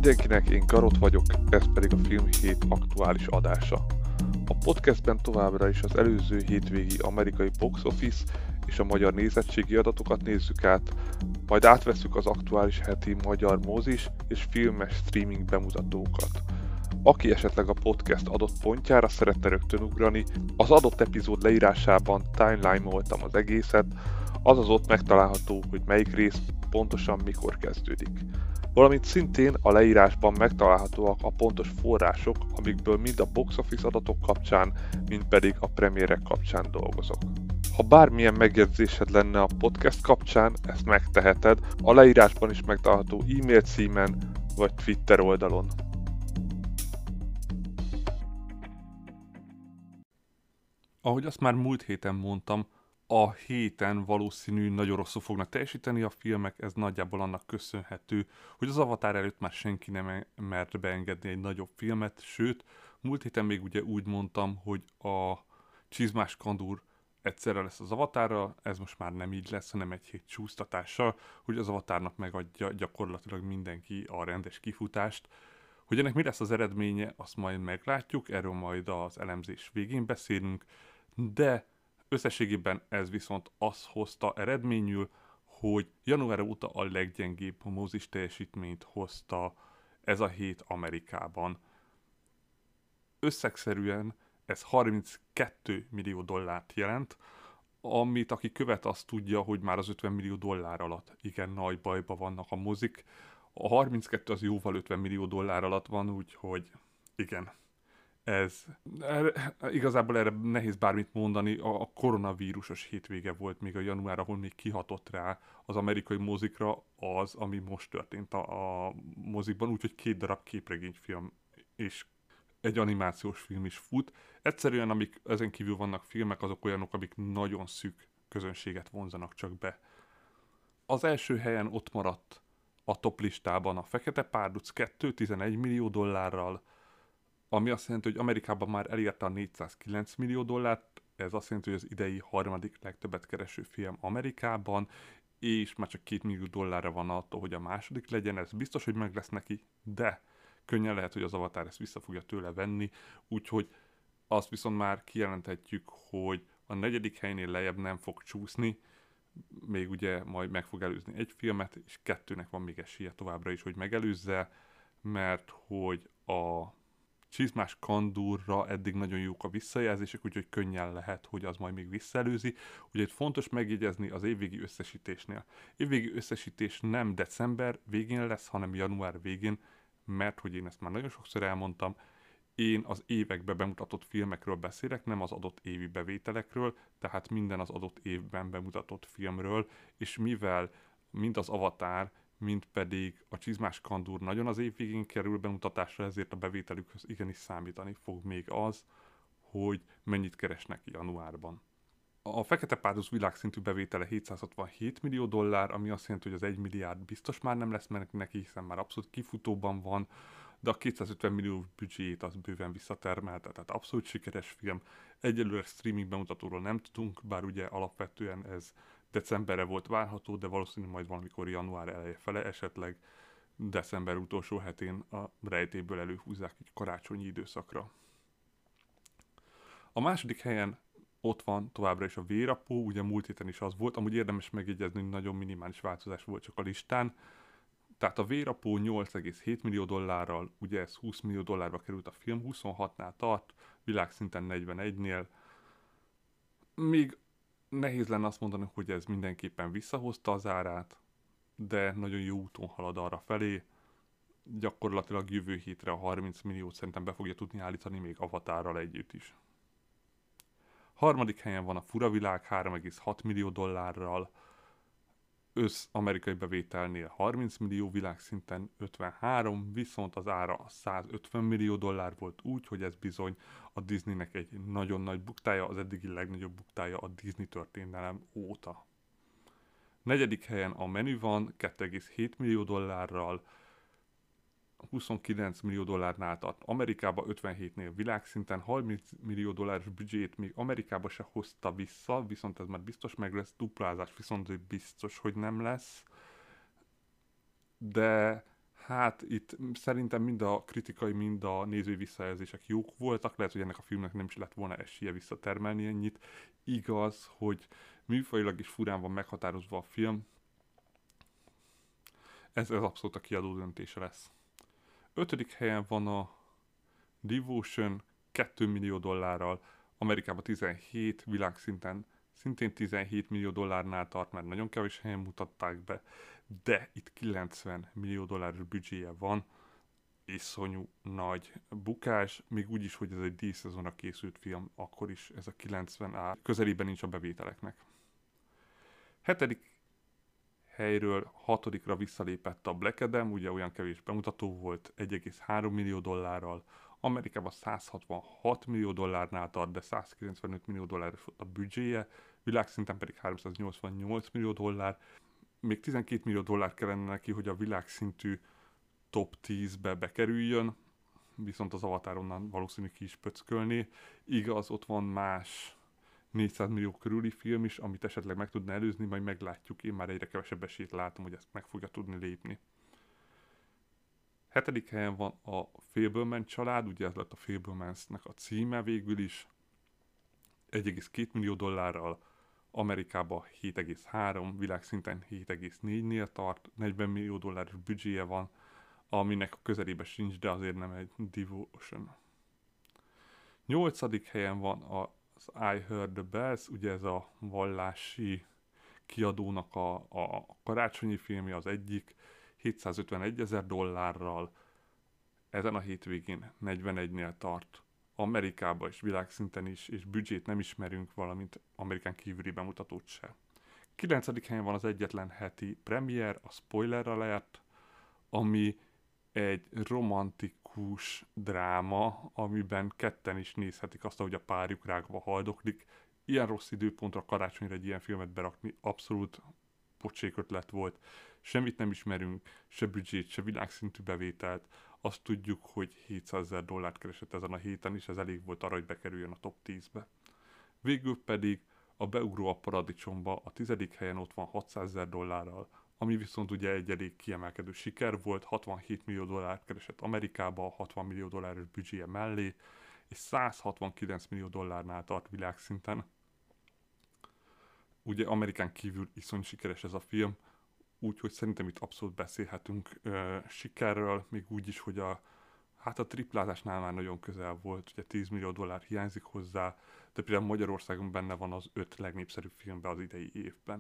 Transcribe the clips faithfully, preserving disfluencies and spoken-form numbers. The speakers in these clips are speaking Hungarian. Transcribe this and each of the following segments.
mindenkinek, én Garot vagyok, ez pedig a Filmhét aktuális adása. A podcastben továbbra is az előző hétvégi amerikai box office és a magyar nézettségi adatokat nézzük át, majd átvesszük az aktuális heti magyar mozis és filmes streaming bemutatókat. Aki esetleg a podcast adott pontjára szeretne rögtön ugrani, az adott epizód leírásában timeline-oltam az egészet, azaz ott megtalálható, hogy melyik rész pontosan mikor kezdődik. Valamint szintén a leírásban megtalálhatóak a pontos források, amikből mind a box office adatok kapcsán, mind pedig a premierek kapcsán dolgozok. Ha bármilyen megjegyzésed lenne a podcast kapcsán, ezt megteheted, a leírásban is megtalálható e-mail címen vagy Twitter oldalon. Ahogy azt már múlt héten mondtam, a héten valószínű nagyon rosszul fognak teljesíteni a filmek, ez nagyjából annak köszönhető, hogy az Avatar előtt már senki nem mert beengedni egy nagyobb filmet, sőt, múlt héten még ugye úgy mondtam, hogy a Csizmás Kandúr egyszerre lesz az Avatarral, ez most már nem így lesz, hanem egy hét csúsztatással, hogy az Avatarnak megadja gyakorlatilag mindenki a rendes kifutást. Hogy ennek mi lesz az eredménye, azt majd meglátjuk, erről majd az elemzés végén beszélünk, de összességében ez viszont azt hozta eredményül, hogy január óta a leggyengébb mozis teljesítményt hozta ez a hét Amerikában. Összegszerűen ez harminckettő millió dollárt jelent, amit aki követ, azt tudja, hogy már az ötven millió dollár alatt igen nagy bajba vannak a mozik. A harminckettő az jóval ötven millió dollár alatt van, úgyhogy igen. Ez, erre, igazából erre nehéz bármit mondani, a, a koronavírusos hétvége volt még a január, ahol még kihatott rá az amerikai mozikra az, ami most történt a, a mozikban, úgyhogy két darab képregényfilm és egy animációs film is fut. Egyszerűen, amik ezen kívül vannak filmek, azok olyanok, amik nagyon szűk közönséget vonzanak csak be. Az első helyen ott maradt a top listában a Fekete Párduc kettő, tizenegy millió dollárral, ami azt jelenti, hogy Amerikában már elérte a négyszázkilenc millió dollárt, ez azt jelenti, hogy az idei harmadik legtöbbet kereső film Amerikában, és már csak két millió dollárra van attól, hogy a második legyen, ez biztos, hogy meg lesz neki, de könnyen lehet, hogy az Avatar ezt vissza fogja tőle venni, úgyhogy azt viszont már kijelenthetjük, hogy a negyedik helynél lejjebb nem fog csúszni, még ugye majd meg fog előzni egy filmet, és kettőnek van még esélye továbbra is, hogy megelőzze, mert hogy a Csizmás Kandúrra eddig nagyon jók a visszajelzések, úgyhogy könnyen lehet, hogy az majd még visszaelőzi. Ugye itt fontos megjegyezni az évvégi összesítésnél. Évvégi összesítés nem december végén lesz, hanem január végén, mert hogy én ezt már nagyon sokszor elmondtam, én az évekbe bemutatott filmekről beszélek, nem az adott évi bevételekről, tehát minden az adott évben bemutatott filmről, és mivel mind az Avatar, mint pedig a Csizmás Kandúr nagyon az év végén kerül bemutatásra, ezért a bevételükhöz igenis számítani fog még az, hogy mennyit keresnek januárban. A Fekete Párduc világszintű bevétele hétszázhatvanhét millió dollár, ami azt jelenti, hogy az egy milliárd biztos már nem lesz neki, hiszen már abszolút kifutóban van, de a kétszázötven millió büdzséjét az bőven visszatermelte, tehát abszolút sikeres film. Egyelőre streaming bemutatóról nem tudunk, bár ugye alapvetően ez decemberre volt várható, de valószínűleg majd valamikor január eleje fele, esetleg december utolsó hetén a rejtélyből előhúzzák egy karácsonyi időszakra. A második helyen ott van továbbra is a Vérapó, ugye múlt héten is az volt, amúgy érdemes megjegyezni, hogy nagyon minimális változás volt csak a listán. Tehát a Vérapó nyolc egész hét millió dollárral, ugye ez húsz millió dollárba került a film, huszonhatnál tart, világszinten negyvenegynél. Még nehéz lenne azt mondani, hogy ez mindenképpen visszahozta az árát, de nagyon jó úton halad arra felé. Gyakorlatilag jövő hétre a harminc milliót szerintem be fogja tudni állítani még Avatarral együtt is. Harmadik helyen van a Furavilág három egész hat millió dollárral, össz amerikai bevételnél harminc millió, világszinten ötvenhárom, viszont az ára százötven millió dollár volt, úgy, hogy ez bizony a Disneynek egy nagyon nagy buktája, az eddigi legnagyobb buktája a Disney történelem óta. Negyedik helyen a Menü van kettő egész hét millió dollárral, huszonkilenc millió dollárnál tart Amerikába, ötvenhétnél világszinten, harminc millió dolláros büdzsét még Amerikába se hozta vissza, viszont ez már biztos meg lesz, duplázás viszont biztos, hogy nem lesz. De Hát itt szerintem mind a kritikai, mind a nézői visszajelzések jók voltak, lehet, hogy ennek a filmnek nem is lett volna esélye visszatermelni ennyit. Igaz, hogy műfajilag is furán van meghatározva a film, ez, ez abszolút a kiadó döntése lesz. Ötödik helyen van a Devotion két millió dollárral, Amerikában tizenhét, világszinten szintén tizenhét millió dollárnál tart, mert nagyon kevés helyen mutatták be, de itt kilencven millió dolláros büdzséje van, iszonyú nagy bukás, még úgy is, hogy ez egy díjszezonra készült film, akkor is ez a kilencven áll, közelében nincs a bevételeknek. Hetedik helyről hatodikra visszalépett a Black Adam, ugye olyan kevés bemutató volt, egy egész három millió dollárral, Amerikában száz hatvanhat millió dollárnál tart, de száz kilencvenöt millió dolláros volt a büdzséje, világszinten pedig háromszáznyolcvannyolc millió dollár. Még tizenkét millió dollár kellene neki, hogy a világszintű top tízbe bekerüljön, viszont az Avatar onnan valószínű ki is pöckölni. Igaz, ott van más négyszáz millió körüli film is, amit esetleg meg tudna előzni, majd meglátjuk, én már egyre kevesebb esélyt látom, hogy ezt meg fogja tudni lépni. Hetedik helyen van a Fableman család, ugye ez lett a Fablemans-nek a címe végül is, egy egész két millió dollárral, Amerikában hét egész három, világszinten hét egész négynél tart, negyven millió dolláros büdzséje van, aminek a közelébe sincs, de azért nem egy Devotion. Nyolcadik helyen van az I Heard the Bells, ugye ez a vallási kiadónak a, a karácsonyi filmje az egyik, hétszázötvenegy ezer dollárral, ezen a hétvégén negyvenegynél tart, Amerikában és világszinten is, és büdzsét nem ismerünk, valamint Amerikán kívüli bemutatót se. Kilencedik helyen van az egyetlen heti premier, a Spoiler Alert, ami egy romantikus dráma, amiben ketten is nézhetik azt, ahogy a párjuk rágva haldoklik. Ilyen rossz időpontra karácsonyra egy ilyen filmet berakni abszolút pocsék ötlet volt. Semmit nem ismerünk, se büdzsét, se világszintű bevételt. Azt tudjuk, hogy hétszázezer dollárt keresett ezen a héten, és ez elég volt arra, hogy bekerüljön a top tízbe. Végül pedig a Beugró a paradicsomba a tizedik helyen ott van hatszázezer dollárral, ami viszont ugye egy elég kiemelkedő siker volt, hatvanhét millió dollárt keresett Amerikába, hatvan millió dolláros büdzséje mellé, és száz hatvankilenc millió dollárnál tart világszinten. Ugye Amerikán kívül iszony sikeres ez a film, úgyhogy szerintem itt abszolút beszélhetünk ö, sikerről, még úgy is, hogy a, hát a triplázásnál már nagyon közel volt, ugye tíz millió dollár hiányzik hozzá, de például Magyarországon benne van az öt legnépszerűbb filmben az idei évben.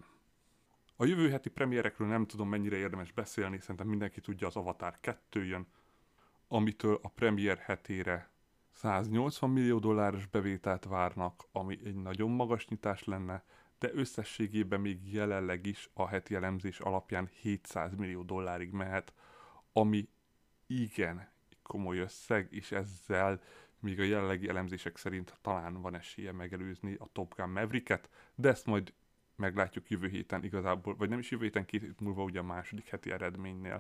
A jövő heti premierekről nem tudom, mennyire érdemes beszélni, szerintem mindenki tudja, az Avatar kettő jön, amitől a premier hetére száznyolcvan millió dolláros bevételt várnak, ami egy nagyon magas nyitás lenne, de összességében még jelenleg is a heti elemzés alapján hétszáz millió dollárig mehet, ami igen komoly összeg, és ezzel még a jelenlegi elemzések szerint talán van esélye megelőzni a Top Gun Mavericket, de ezt majd meglátjuk jövő héten igazából, vagy nem is jövő héten, két hét múlva ugye a második heti eredménynél.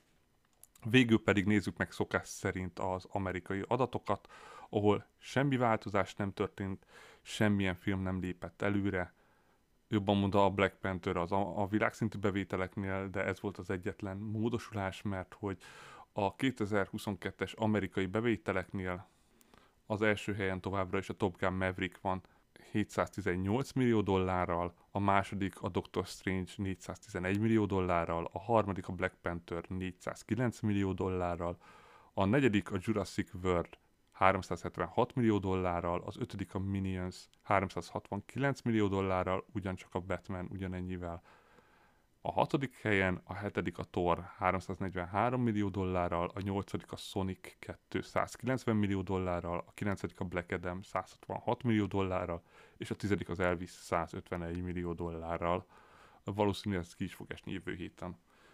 Végül pedig nézzük meg szokás szerint az amerikai adatokat, ahol semmi változás nem történt, semmilyen film nem lépett előre, jobban mondva a Black Panther az a, a világszintű bevételeknél, de ez volt az egyetlen módosulás, mert hogy a kétezer-huszonkettes amerikai bevételeknél az első helyen továbbra is a Top Gun Maverick van hétszáztizennyolc millió dollárral, a második a Doctor Strange négyszáztizenegy millió dollárral, a harmadik a Black Panther négyszázkilenc millió dollárral, a negyedik a Jurassic World háromszázhetvenhat millió dollárral, az ötödik a Minions háromszázhatvankilenc millió dollárral, ugyancsak a Batman ugyanennyivel. A hatodik helyen, a hetedik a Thor háromszáznegyvenhárom millió dollárral, a nyolcadik a Sonic kétszázkilencven millió dollárral, a kilencedik a Black Adam százhatvanhat millió dollárral, és a tizedik az Elvis százötvenegy millió dollárral. Valószínűleg ez ki is fog esni jövő héten.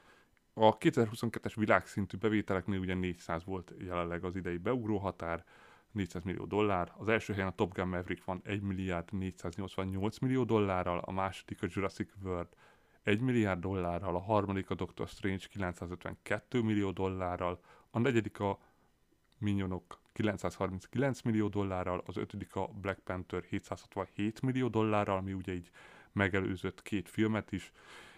A kétezer-huszonkettes világszintű bevételeknél ugye négyszáz volt jelenleg az idei beugró határ, négyszáz millió dollár. Az első helyen a Top Gun Maverick van egy milliárd négyszáznyolcvannyolc millió dollárral, a második a Jurassic World egy milliárd dollárral, a harmadik a Doctor Strange kilencszázötvenkettő millió dollárral, a negyedik a Minionok kilencszázharminckilenc millió dollárral, az ötödik a Black Panther hétszázhatvanhét millió dollárral, ami ugye így megelőzött két filmet is,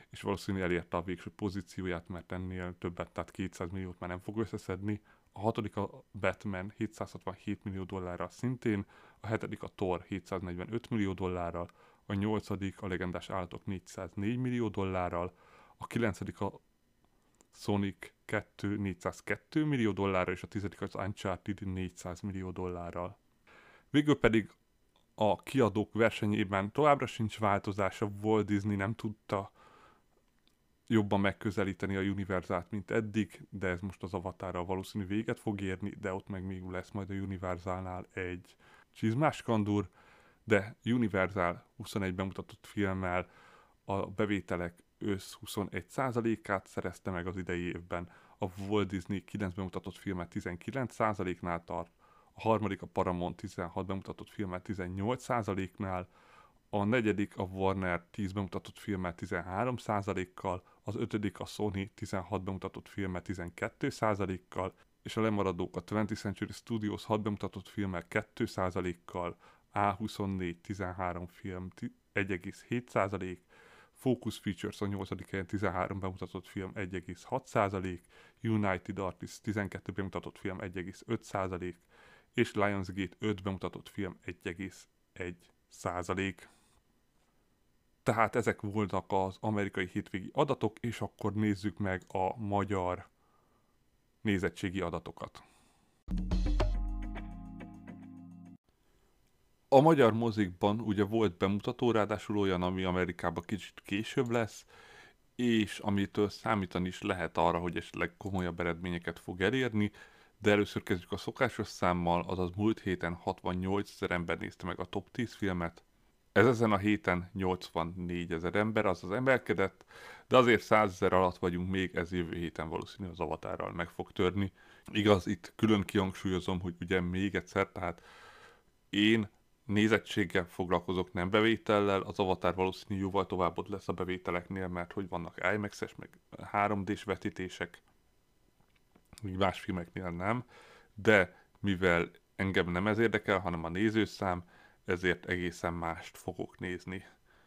és valószínűleg elérte a végső pozícióját, mert ennél többet, tehát kétszáz milliót már nem fog összeszedni. A hatodik a Batman hétszázhatvanhét millió dollárral szintén, a hetedik a Thor hétszáznegyvenöt millió dollárral, a nyolcadik a Legendás Állatok négyszáznégy millió dollárral, a kilencedik a Sonic kettő négyszázkettő millió dollárral, és a tizedik az Uncharted négyszáz millió dollárral. Végül pedig a kiadók versenyében továbbra sincs változás, a Walt Disney nem tudta jobban megközelíteni a Universalt, mint eddig, de ez most az Avatarral valószínű véget fog érni, de ott meg még lesz majd a Universalnál egy csizmás kandur, de Universal huszonegy bemutatott filmmel a bevételek össz huszonegy százalékát szerezte meg az idei évben, a Walt Disney kilenc bemutatott filmet tizenkilenc százaléknál tart, a harmadik a Paramount tizenhat bemutatott filmet tizennyolc százaléknál, a negyedik a Warner tíz bemutatott filmet tizenhárom százalékkal, az ötödik a Sony tizenhat bemutatott filmet tizenkettő százalékkal, és a lemaradók a twentieth Century Studios hat bemutatott filmmel kettő százalékkal, á huszonnégy tizenhárom film egy egész hét százalék, Focus Features a nyolcadik helyen tizenhárom bemutatott film egy egész hat százalék, United Artists tizenkettő bemutatott film egy egész öt százalék, és Lionsgate öt bemutatott film egy egész egy százalék. Tehát ezek voltak az amerikai hétvégi adatok, és akkor nézzük meg a magyar nézettségi adatokat. A magyar mozikban ugye volt bemutató, ráadásul olyan, ami Amerikában kicsit később lesz, és amitől számítani is lehet arra, hogy esetleg komolyabb eredményeket fog elérni, de először kezdjük a szokásos számmal, azaz múlt héten hatvannyolc ezer ember nézte meg a top tíz filmet. Ez ezen a héten nyolcvannégy ezer ember, azaz emelkedett, de azért száz ezer alatt vagyunk még, ez jövő héten valószínű az Avatarral meg fog törni. Igaz, itt külön kihangsúlyozom, hogy ugye még egyszer, tehát én nézettséggel foglalkozok, nem bevétellel, az Avatar valószínű jóval tovább ott lesz a bevételeknél, mert hogy vannak i max-es, meg három dés vetítések, míg más filmeknél nem, de mivel engem nem ez érdekel, hanem a nézőszám, ezért egészen mást fogok nézni,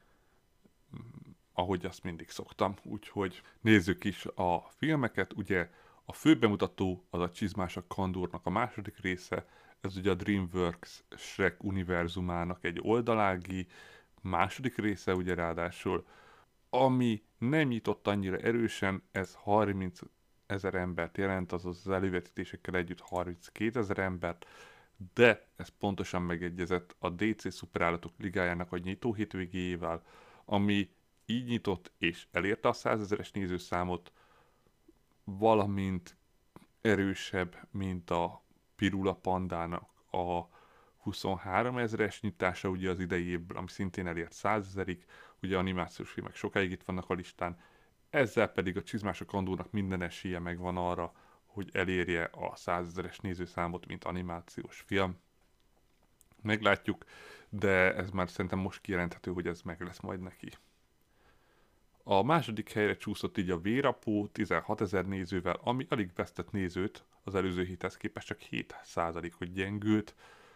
ahogy azt mindig szoktam. Úgyhogy nézzük is a filmeket. Ugye a főbemutató az a Csizmás a Kandúrnak a második része, ez ugye a DreamWorks Shrek univerzumának egy oldalági második része, ugye ráadásul, ami nem nyitott annyira erősen, ez harminc ezer embert jelent, azaz az elővetítésekkel együtt harminckétezer embert, de ez pontosan megegyezett a dé cé Szuperállatok Ligájának a nyitó hétvégéjével, ami így nyitott és elérte a százezeres nézőszámot, valamint erősebb, mint a Pirula Pandának a huszonhárom ezeres nyitása ugye az idei évből, ami szintén elért százezerig, ugye animációs filmek sokáig itt vannak a listán, ezzel pedig a Csizmás a Kandúrnak minden esélye megvan arra, hogy elérje a százezeres nézőszámot, mint animációs film. Meglátjuk, de ez már szerintem most kijelenthető, hogy ez meg lesz majd neki. A második helyre csúszott így a Vérapó tizenhat ezer nézővel, ami alig vesztett nézőt, az előző héthez képest csak hét százalékot gyengült.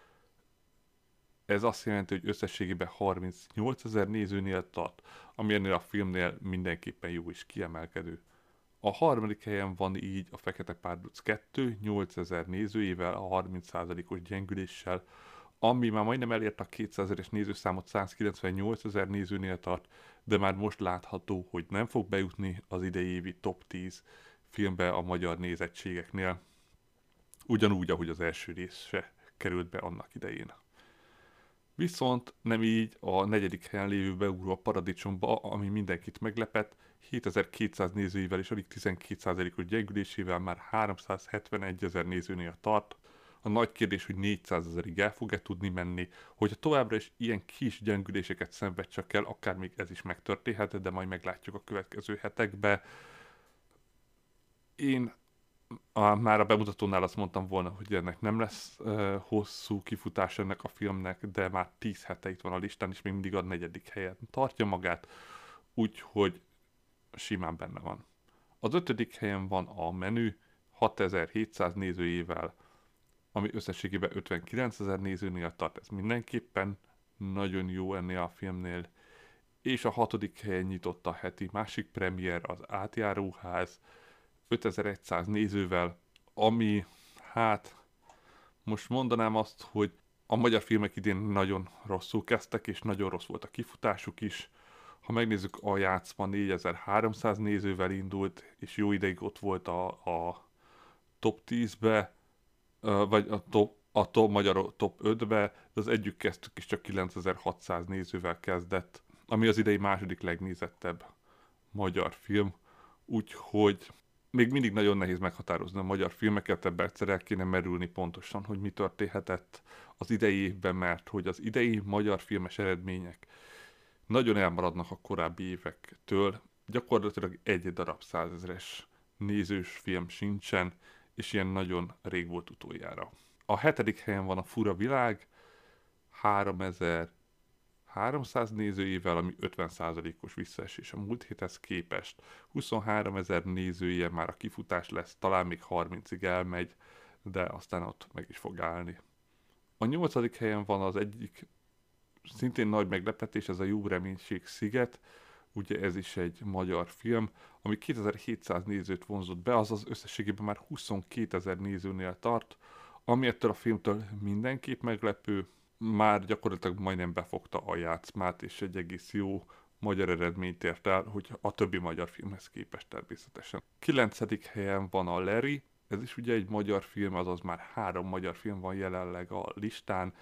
Ez azt jelenti, hogy összességében harmincnyolc ezer nézőnél tart, ami ennél a filmnél mindenképpen jó és kiemelkedő. A harmadik helyen van így a Fekete Párduc kettő, nyolc ezer nézőjével, a harminc százalékos gyengüléssel, ami már majdnem elért a kétszázeres nézőszámot, százkilencvennyolc ezer nézőnél tart, de már most látható, hogy nem fog bejutni az idei évi top tíz filmbe a magyar nézettségeknél. Ugyanúgy, ahogy az első rész se került be annak idején. Viszont nem így a negyedik helyen lévő Beugró a Paradicsomba, ami mindenkit meglepett, hétezer-kétszáz nézőivel és alig tizenkét százalékos gyengülésével már háromszázhetvenegy ezer nézőnél tart. A nagy kérdés, hogy négyszázezerig el fog-e tudni menni, hogyha továbbra is ilyen kis gyengüléseket szenved csak el, akár még ez is megtörténhet, de majd meglátjuk a következő hetekben. Én a, már a bemutatónál azt mondtam volna, hogy ennek nem lesz uh, hosszú kifutás ennek a filmnek, de már tíz hete itt van a listán, és még mindig a negyedik helyen tartja magát, úgyhogy simán benne van. Az ötödik helyen van a Menü, hatezer-hétszáz nézőjével, ami összességében ötvenkilenc ezer nézőnél tart, ez mindenképpen nagyon jó ennél a filmnél, és a hatodik helyen nyitott a heti másik premier, az Átjáróház, ötezer-száz nézővel, ami, hát, most mondanám azt, hogy a magyar filmek idén nagyon rosszul kezdtek, és nagyon rossz volt a kifutásuk is. Ha megnézzük, a játszma négyezer-háromszáz nézővel indult, és jó ideig ott volt a, a top tízbe, vagy a top, a top, magyar top ötbe, de az együtt kezdtük is csak kilencezer-hatszáz nézővel kezdett, ami az idei második legnézettebb magyar film, úgyhogy még mindig nagyon nehéz meghatározni a magyar filmeket, ebben egyszer el kéne merülni pontosan, hogy mi történhetett az idei évben, mert hogy az idei magyar filmes eredmények nagyon elmaradnak a korábbi évektől, gyakorlatilag egy darab százezres nézős film sincsen, és ilyen nagyon rég volt utoljára. A hetedik helyen van a Fura világ, háromezer-háromszáz nézőjével, ami ötven százalékos visszaesés a múlt héthez képest. huszonháromezer nézője már a kifutás lesz, talán még harmincig elmegy, de aztán ott meg is fog állni. A nyolcadik helyen van az egyik szintén nagy meglepetés, ez a Jó reménység sziget, ugye ez is egy magyar film, ami kétezer-hétszáz nézőt vonzott be, azaz összességében már huszonkétezer nézőnél tart, ami ettől a filmtől mindenképp meglepő, már gyakorlatilag majdnem befogta a játszmát, és egy egész jó magyar eredményt ért el, hogy a többi magyar filmhez képest természetesen. Kilencedik helyen van a Larry, ez is ugye egy magyar film, azaz már három magyar film van jelenleg a listán,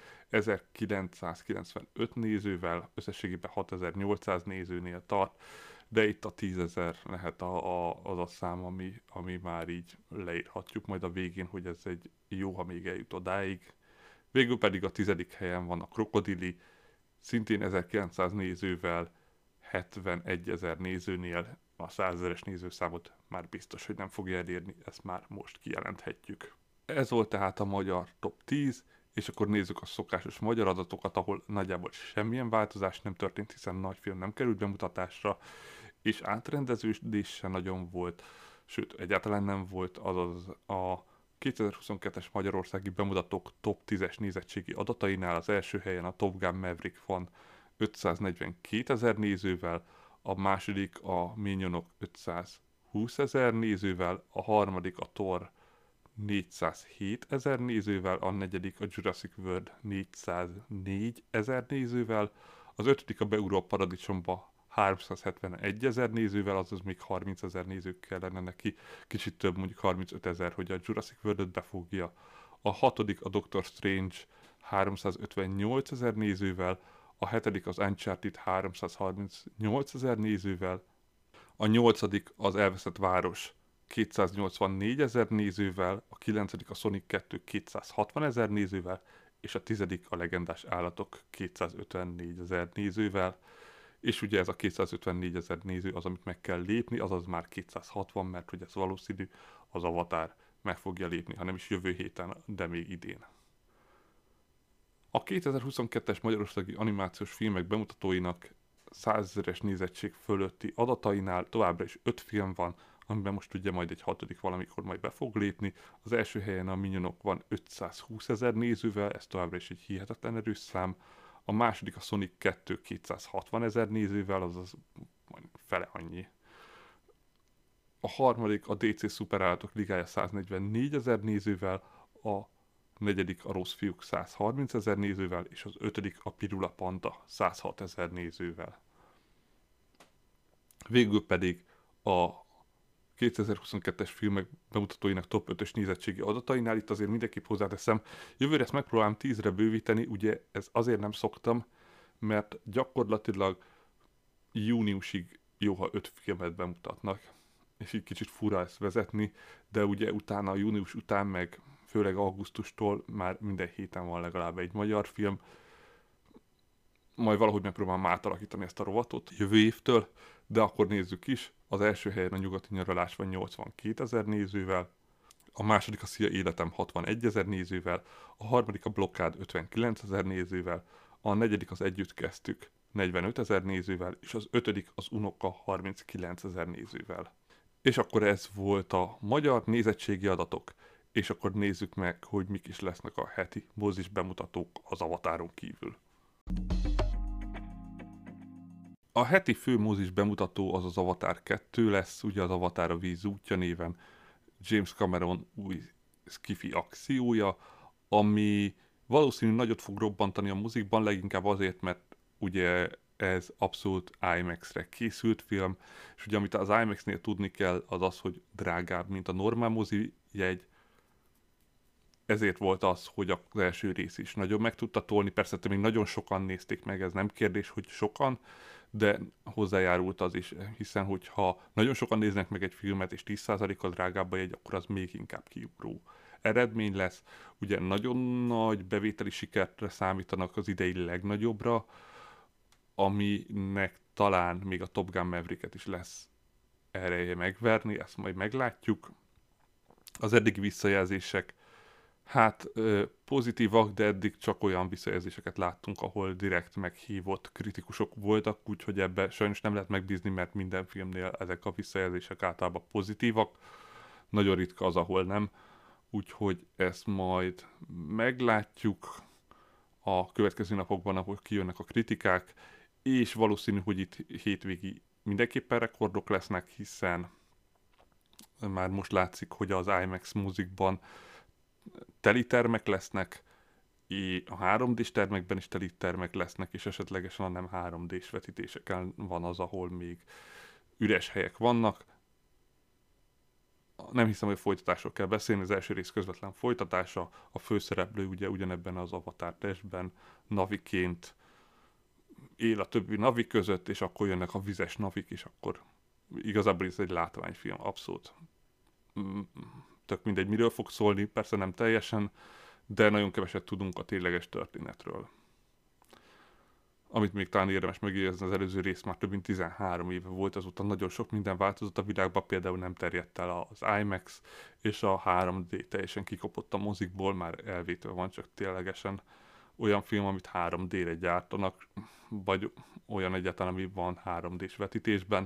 ezerkilencszázkilencvenöt nézővel, összességében hatezer-nyolcszáz nézőnél tart, de itt a tízezer lehet a, a, az a szám, ami, ami már így leírhatjuk majd a végén, hogy ez egy jó, ha még eljut odáig. Végül pedig a tizedik helyen van a Krokodili, szintén ezerkilencszáz nézővel, hetvenegyezer nézőnél a százezeres nézőszámot már biztos, hogy nem fogja elérni, ezt már most kijelenthetjük. Ez volt tehát a magyar top tíz, és akkor nézzük a szokásos magyar adatokat, ahol nagyjából semmilyen változás nem történt, hiszen nagy film nem került bemutatásra, és átrendeződés sem nagyon volt, sőt, egyáltalán nem volt, azaz a kétezer-huszonkettes magyarországi bemutatók top tízes nézettségi adatainál az első helyen a Top Gun Maverick van ötszáznegyvenkétezer nézővel, a második a Minionok ötszázhúszezer nézővel, a harmadik a Thor négyszázhétezer nézővel, a negyedik a Jurassic World négyszáznégyezer nézővel, az ötödik a Beugró a Paradicsomba háromszázhetvenegyezer nézővel, azaz még harmincezer nézők kellene neki, kicsit több, mondjuk harmincötezer, hogy a Jurassic World-öt befogja. A hatodik a Doctor Strange háromszázötvennyolcezer nézővel, a hetedik az Uncharted háromszázharmincnyolcezer nézővel, a nyolcadik az Elveszett Város kétszáznyolcvannégyezer nézővel, a kilencedik a Sonic kettő kétszázhatvanezer nézővel, és a tizedik a Legendás Állatok kétszázötvennégyezer nézővel, és ugye ez a kétszázötvennégyezer néző az, amit meg kell lépni, azaz már kétszázhatvan, mert hogy ez valószínű, az Avatar meg fogja lépni, ha nem is jövő héten, de még idén. A kétezer-huszonkettes magyarországi animációs filmek bemutatóinak százezeres nézettség fölötti adatainál továbbra is öt film van, amiben most ugye majd egy hatodik valamikor majd be fog lépni. Az első helyen a Minionok van ötszázhúszezer nézővel, ez továbbra is egy hihetetlen erős szám. A második a Sonic kettő kétszázhatvanezer nézővel, azaz majd fele annyi. A harmadik a dé cé Szuperállatok Ligája száznegyvennégyezer nézővel, a negyedik a Rossz Fiúk százharmincezer nézővel, és az ötödik a Pirula Panda százhatezer nézővel. Végül pedig a kétezer-huszonkettes filmek bemutatóinak top ötös nézettségi adatainál, itt azért mindenképp hozzáteszem, jövőre ezt megpróbálom tízre bővíteni, ugye ez azért nem szoktam, mert gyakorlatilag júniusig jó, ha öt filmet bemutatnak, és így kicsit fura ezt vezetni, de ugye utána, a június után meg főleg augusztustól már minden héten van legalább egy magyar film, majd valahogy megpróbálom átalakítani ezt a rovatot jövő évtől, de akkor nézzük is. Az első helyen a Nyugati Nyaralás van nyolcvankétezer nézővel, a második a Szia Életem hatvanegyezer nézővel, a harmadik a Blokkád ötvenkilencezer nézővel, a negyedik az Együtt kezdtük negyvenötezer nézővel, és az ötödik az Unoka harminckilencezer nézővel. És akkor ez volt a magyar nézettségi adatok, és akkor nézzük meg, hogy mik is lesznek a heti mozis bemutatók az Avatáron kívül. A heti fő mozis bemutató az az Avatar kettő lesz, ugye az Avatar a víz útja néven, James Cameron új sci-fi akciója, ami valószínűleg nagyot fog robbantani a mozikban, leginkább azért, mert ugye ez abszolút IMAX-re készült film, és ugye amit az IMAX-nél tudni kell, az az, hogy drágább, mint a normál mozi jegy, ezért volt az, hogy az első rész is nagyon meg tudta tolni, persze még nagyon sokan nézték meg, ez nem kérdés, hogy sokan, de hozzájárult az is, hiszen hogyha nagyon sokan néznek meg egy filmet, és tíz százalékkal drágább a jegy, akkor az még inkább kiugró eredmény lesz. Ugye nagyon nagy bevételi sikerre számítanak az idei legnagyobbra, aminek talán még a Top Gun Mavericket is lesz ereje megverni, ezt majd meglátjuk. Az eddigi visszajelzések hát pozitívak, de eddig csak olyan visszajelzéseket láttunk, ahol direkt meghívott kritikusok voltak, úgyhogy ebbe sajnos nem lehet megbízni, mert minden filmnél ezek a visszajelzések általában pozitívak. Nagyon ritka az, ahol nem. Úgyhogy ezt majd meglátjuk a következő napokban, ahol kijönnek a kritikák, és valószínű, hogy itt hétvégi mindenképpen rekordok lesznek, hiszen már most látszik, hogy az IMAX mozikban teli termek lesznek, a három dés termekben is teli termek lesznek, és esetlegesen a nem három dés vetítéseken van az, ahol még üres helyek vannak. Nem hiszem, hogy folytatásról kell beszélni, az első rész közvetlen folytatása, a főszereplő ugye ugyanebben az Avatar testben naviként él a többi navi között, és akkor jönnek a vizes navik, és akkor igazából ez egy látványfilm, abszolút. Tök mindegy, miről fog szólni, persze nem teljesen, de nagyon keveset tudunk a tényleges történetről. Amit még talán érdemes megjegyezni, az előző rész már több mint tizenhárom éve volt, azóta nagyon sok minden változott a világban, például nem terjedt el az IMAX, és a három dé teljesen kikopott a mozikból, már elvétve van, csak ténylegesen olyan film, amit három dére gyártanak, vagy olyan egyáltalán, ami van három dés vetítésben.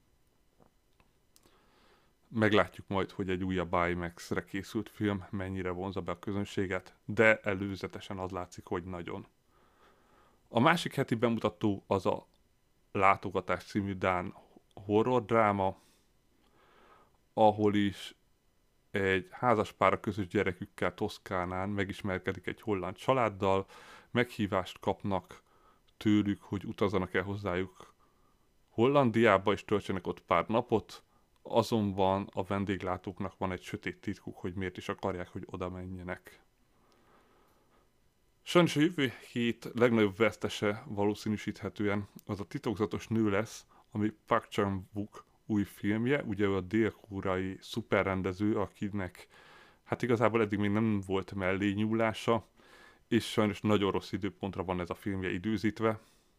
Meglátjuk majd, hogy egy újabb IMAX-re készült film mennyire vonza be a közönséget, de előzetesen az látszik, hogy nagyon. A másik heti bemutató az a Látogatás című dán horror dráma, ahol is egy házaspár a közös gyerekükkel Toszkánán megismerkedik egy holland családdal, meghívást kapnak tőlük, hogy utazzanak el hozzájuk Hollandiába, és töltsenek ott pár napot, azonban a vendéglátóknak van egy sötét titkuk, hogy miért is akarják, hogy oda menjenek. Sajnos a jövő hét legnagyobb vesztese valószínűsíthetően az a titokzatos nő lesz, ami Park Chan-wook új filmje, ugye ő a dél-koreai szuperrendező, akinek hát igazából eddig még nem volt mellé nyúlása, és sajnos nagyon rossz időpontra van ez a filmje időzítve.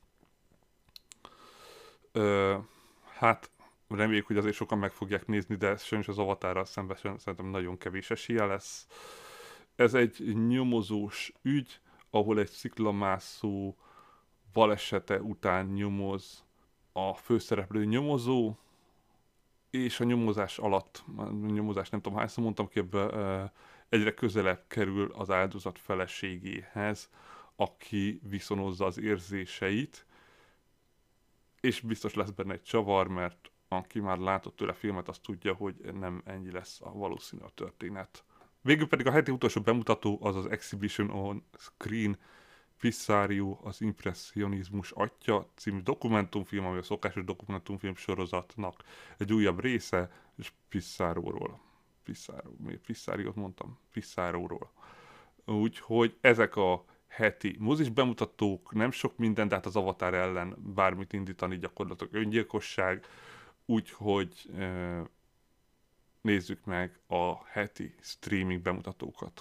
Ö, hát reméljük, hogy azért sokan meg fogják nézni, de sajnos az Avatarral szemben szerintem nagyon kevés esélye lesz. Ez egy nyomozós ügy, ahol egy sziklamászó balesete után nyomoz a főszereplő nyomozó, és a nyomozás alatt, a nyomozás nem tudom hányszor mondtam ki, ebbe egyre közelebb kerül az áldozat feleségéhez, aki viszonozza az érzéseit, és biztos lesz benne egy csavar, mert aki már látott tőle filmet, az tudja, hogy nem ennyi lesz a valószínű a történet. Végül pedig a heti utolsó bemutató az az Exhibition on Screen Pissario, az impresszionizmus atya című dokumentumfilm, ami a szokásos dokumentumfilm sorozatnak egy újabb része, és Pissaróról. Pissaró, miért Pissariót mondtam? Pissaróról. Úgyhogy ezek a heti mozis bemutatók, nem sok minden, de hát az Avatar ellen bármit indítani gyakorlatilag öngyilkosság, úgyhogy e, nézzük meg a heti streaming bemutatókat.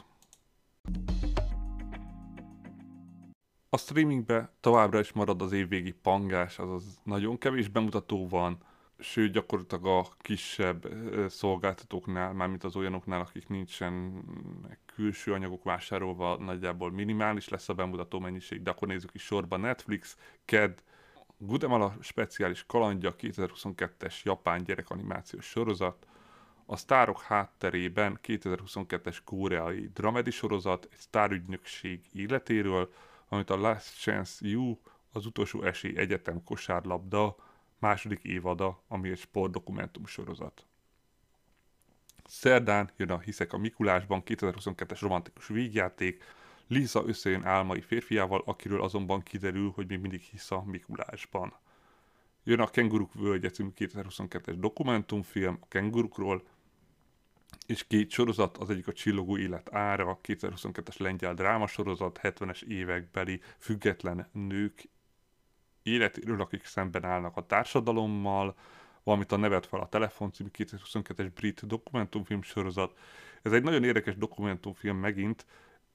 A streamingbe továbbra is marad az évvégi pangás, azaz nagyon kevés bemutató van, sőt gyakorlatilag a kisebb szolgáltatóknál, mármint az olyanoknál, akik nincsen külső anyagok vásárolva, nagyjából minimális lesz a bemutató mennyiség, de akkor nézzük is sorba. Netflix, Ked, Guatemala speciális kalandja, kétezer-huszonkettes japán gyerekanimációs sorozat, a sztárok hátterében kétezer-huszonkettes koreai dramedi sorozat, egy sztárügynökség életéről, amit a Last Chance U, Az utolsó esély egyetem kosárlabda második évada, ami egy sportdokumentum sorozat. Szerdán jön a Hiszek a Mikulásban kétezer-huszonkettes romantikus vígjáték, Lisa összejön álmai férfiával, akiről azonban kiderül, hogy még mindig hisz a Mikulásban. Jön a Kenguruk völgye című kétezer-huszonkettes dokumentumfilm a kengurukról, és két sorozat, az egyik a Csillogó élet ára, kétezer-huszonkettes lengyel drámasorozat, hetvenes évekbeli független nők életéről, akik szemben állnak a társadalommal, valamint a Nevet fel a telefon című kétezer-huszonkettes brit dokumentumfilm sorozat. Ez egy nagyon érdekes dokumentumfilm megint,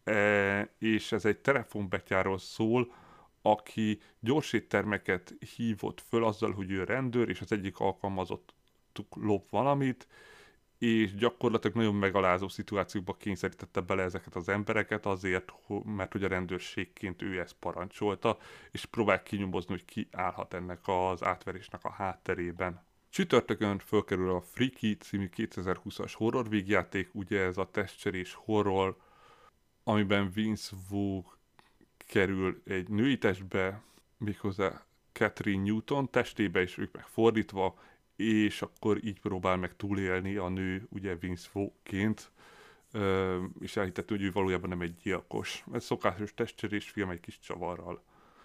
és ez egy telefonbetyárról szól, aki gyorséttermeket hívott föl azzal, hogy ő rendőr, és az egyik alkalmazottuk lop valamit, és gyakorlatilag nagyon megalázó szituációkba kényszerítette bele ezeket az embereket azért, mert hogy a rendőrségként ő ezt parancsolta, és próbál kinyomozni, hogy ki állhat ennek az átverésnek a hátterében. Csütörtökön fölkerül a Freaky című kétezer-húszas horror vígjáték, ugye ez a testcserés horror, amiben Vince Vaughn kerül egy női testbe, méghozzá Catherine Newton testébe, és ők meg fordítva, és akkor így próbál meg túlélni a nő, ugye Vince Vaughn-ként, és elhitető, hogy ő valójában nem egy gyilkos. Ez szokásos testcserés film egy kis csavarral.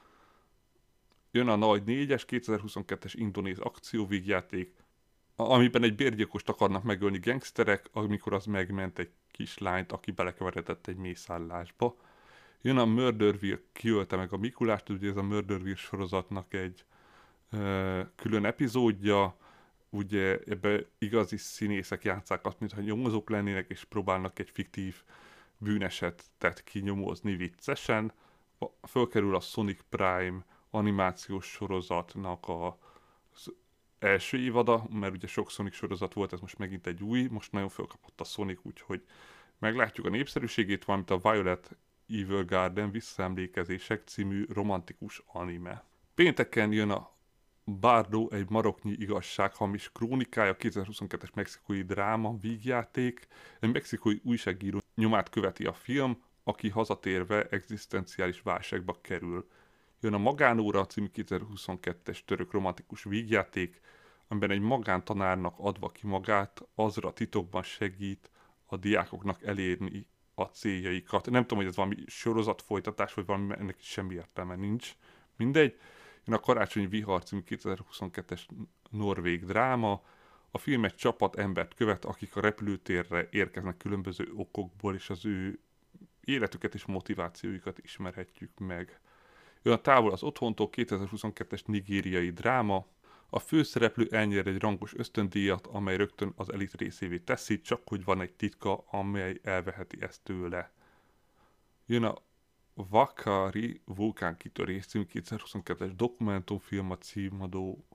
Jön a nagy négyes, kétezer-huszonkettes indonéz akcióvígjáték, amiben egy bérgyilkost akarnak megölni gangsterek, amikor az megment egy kislányt, aki belekeveredett egy mészállásba. Jön a Murderville, kiölte meg a Mikulást, ugye ez a Murderville sorozatnak egy ö, külön epizódja, ugye ebbe igazi színészek játsszák azt, mintha nyomozók lennének, és próbálnak egy fiktív bűnesetet kinyomozni viccesen. Fölkerül a Sonic Prime animációs sorozatnak a első évada, mert ugye sok Sonic sorozat volt, ez most megint egy új, most nagyon fölkapott a Sonic, úgyhogy meglátjuk a népszerűségét, valamint a Violet Evergarden visszaemlékezések című romantikus anime. Pénteken jön a Bardo, egy maroknyi igazság hamis krónikája, kétezer-huszonkettes mexikói dráma vígjáték. Egy mexikói újságíró nyomát követi a film, aki hazatérve egzisztenciális válságba kerül. Jön a Magánóra című kétezer-huszonkettes török romantikus vígjáték, amiben egy magántanárnak adva ki magát, azra titokban segít a diákoknak elérni a céljaikat. Nem tudom, hogy ez valami sorozatfolytatás, vagy valami, ennek semmi értelme nincs. Mindegy. Jön a Karácsonyi Vihar című kétezer-huszonkettes norvég dráma. A film egy csapat embert követ, akik a repülőtérre érkeznek különböző okokból, és az ő életüket és motivációjukat ismerhetjük meg. Jön a Távol az otthontól, kétezer-huszonkettes nigériai dráma. A főszereplő elnyer egy rangos ösztöndíjat, amely rögtön az elit részévé teszi, csak hogy van egy titka, amely elveheti ezt tőle. Jön a Vakari vulkánkitörés című kétezer-huszonkettes dokumentumfilm a címadó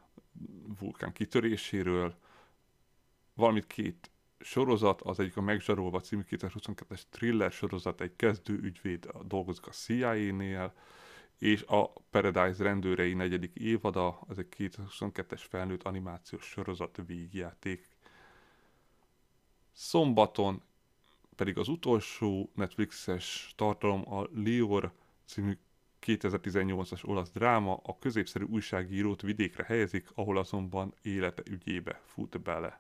vulkánkitöréséről, valamint két sorozat, az egyik a Megzsarolva című kétezer-huszonkettes thriller sorozat, egy kezdő ügyvéd dolgozik a C I A-nél, és a Paradise rendőrei negyedik évada, ez egy kétezer-huszonkettes felnőtt animációs sorozat vígjáték. Szombaton pedig az utolsó Netflixes tartalom a Lior című kétezer-tizennyolcas olasz dráma, a középszerű újságírót vidékre helyezik, ahol azonban élete ügyébe fut bele.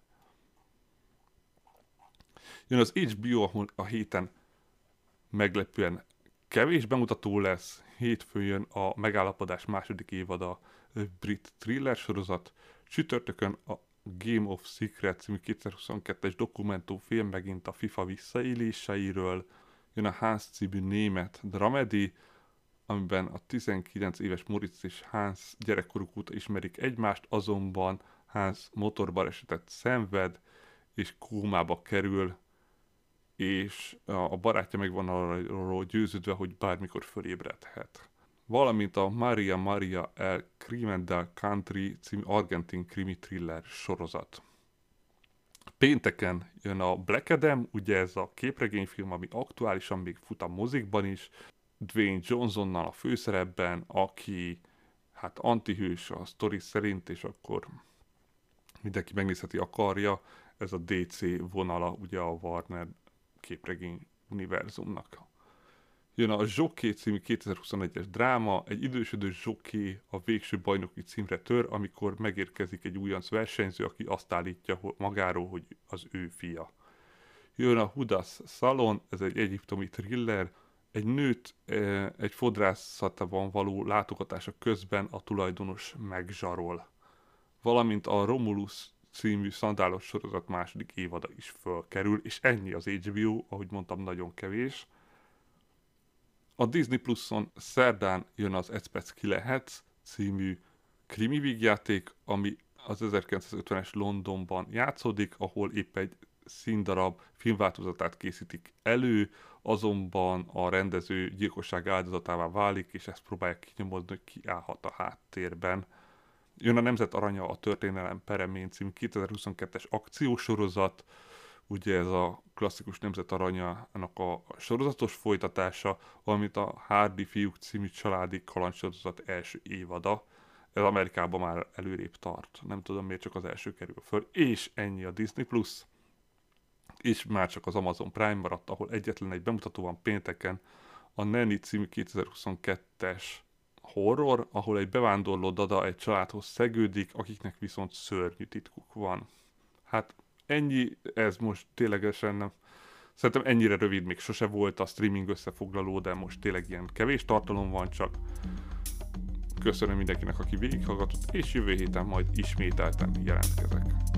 Jön az há bé o, ahol a héten meglepően kevés bemutató lesz. Hétfőn jön a Megállapodás második évada brit thriller sorozat. Csütörtökön a Game of Secrets című kétezer-huszonkettes dokumentumfilm megint a FIFA visszaéléseiről. Jön a Hans című német dramedy, amiben a tizenkilenc éves Moritz és Hans gyerekkoruk óta ismerik egymást, azonban Hans motorbalesetet szenved, és kómába kerül, és a barátja meg van arról győződve, hogy bármikor fölébredhet. Valamint a Maria Maria El Crimen del Country című argentin krimi thriller sorozat. Pénteken jön a Black Adam, ugye ez a képregényfilm, ami aktuálisan még fut a mozikban is, Dwayne Johnsonnal a főszerepben, aki hát antihős a sztori szerint, és akkor mindenki megnézheti akarja, ez a dé cé vonala, ugye a Warner képregény univerzumnak. Jön a Zsoké című kétezer-huszonegyes dráma, egy idősödő zsoké a végső bajnoki címre tör, amikor megérkezik egy újonc versenyző, aki azt állítja magáról, hogy az ő fia. Jön a Hudas Salon, ez egy egyiptomi thriller, egy nőt egy fodrászatban való látogatása közben a tulajdonos megzsarol. Valamint a Romulus című szandálos sorozat második évada is fölkerül, és ennyi az há bé o, ahogy mondtam, nagyon kevés. A Disney Pluson szerdán jön az Egy Ki Lehetsz című krimi vígjáték, ami az ezerkilencszázötvenes Londonban játszódik, ahol épp egy színdarab filmváltozatát készítik elő, azonban a rendező gyilkosság áldozatává válik, és ezt próbálják kinyomozni, hogy ki állhat a háttérben. Jön a Nemzet Aranya, a Történelem Peremén című kétezer-huszonkettes akciósorozat, ugye ez a klasszikus Nemzet Aranyának a sorozatos folytatása, valamint a Hardy fiúk című családi kalandsorozat első évada. Ez Amerikában már előrébb tart, nem tudom miért csak az első kerül föl, és ennyi a Disney Plus. És már csak az Amazon Prime maradt, ahol egyetlen egy bemutató van pénteken, a Nanny című kétezer-huszonkettes horror, ahol egy bevándorló dada egy családhoz szegődik, akiknek viszont szörnyű titkuk van. Hát ennyi, ez most ténylegesen nem. Szerintem ennyire rövid még sose volt a streaming összefoglaló, de most tényleg ilyen kevés tartalom van csak. Köszönöm mindenkinek, aki végighallgatott, és jövő héten majd ismételten jelentkezek.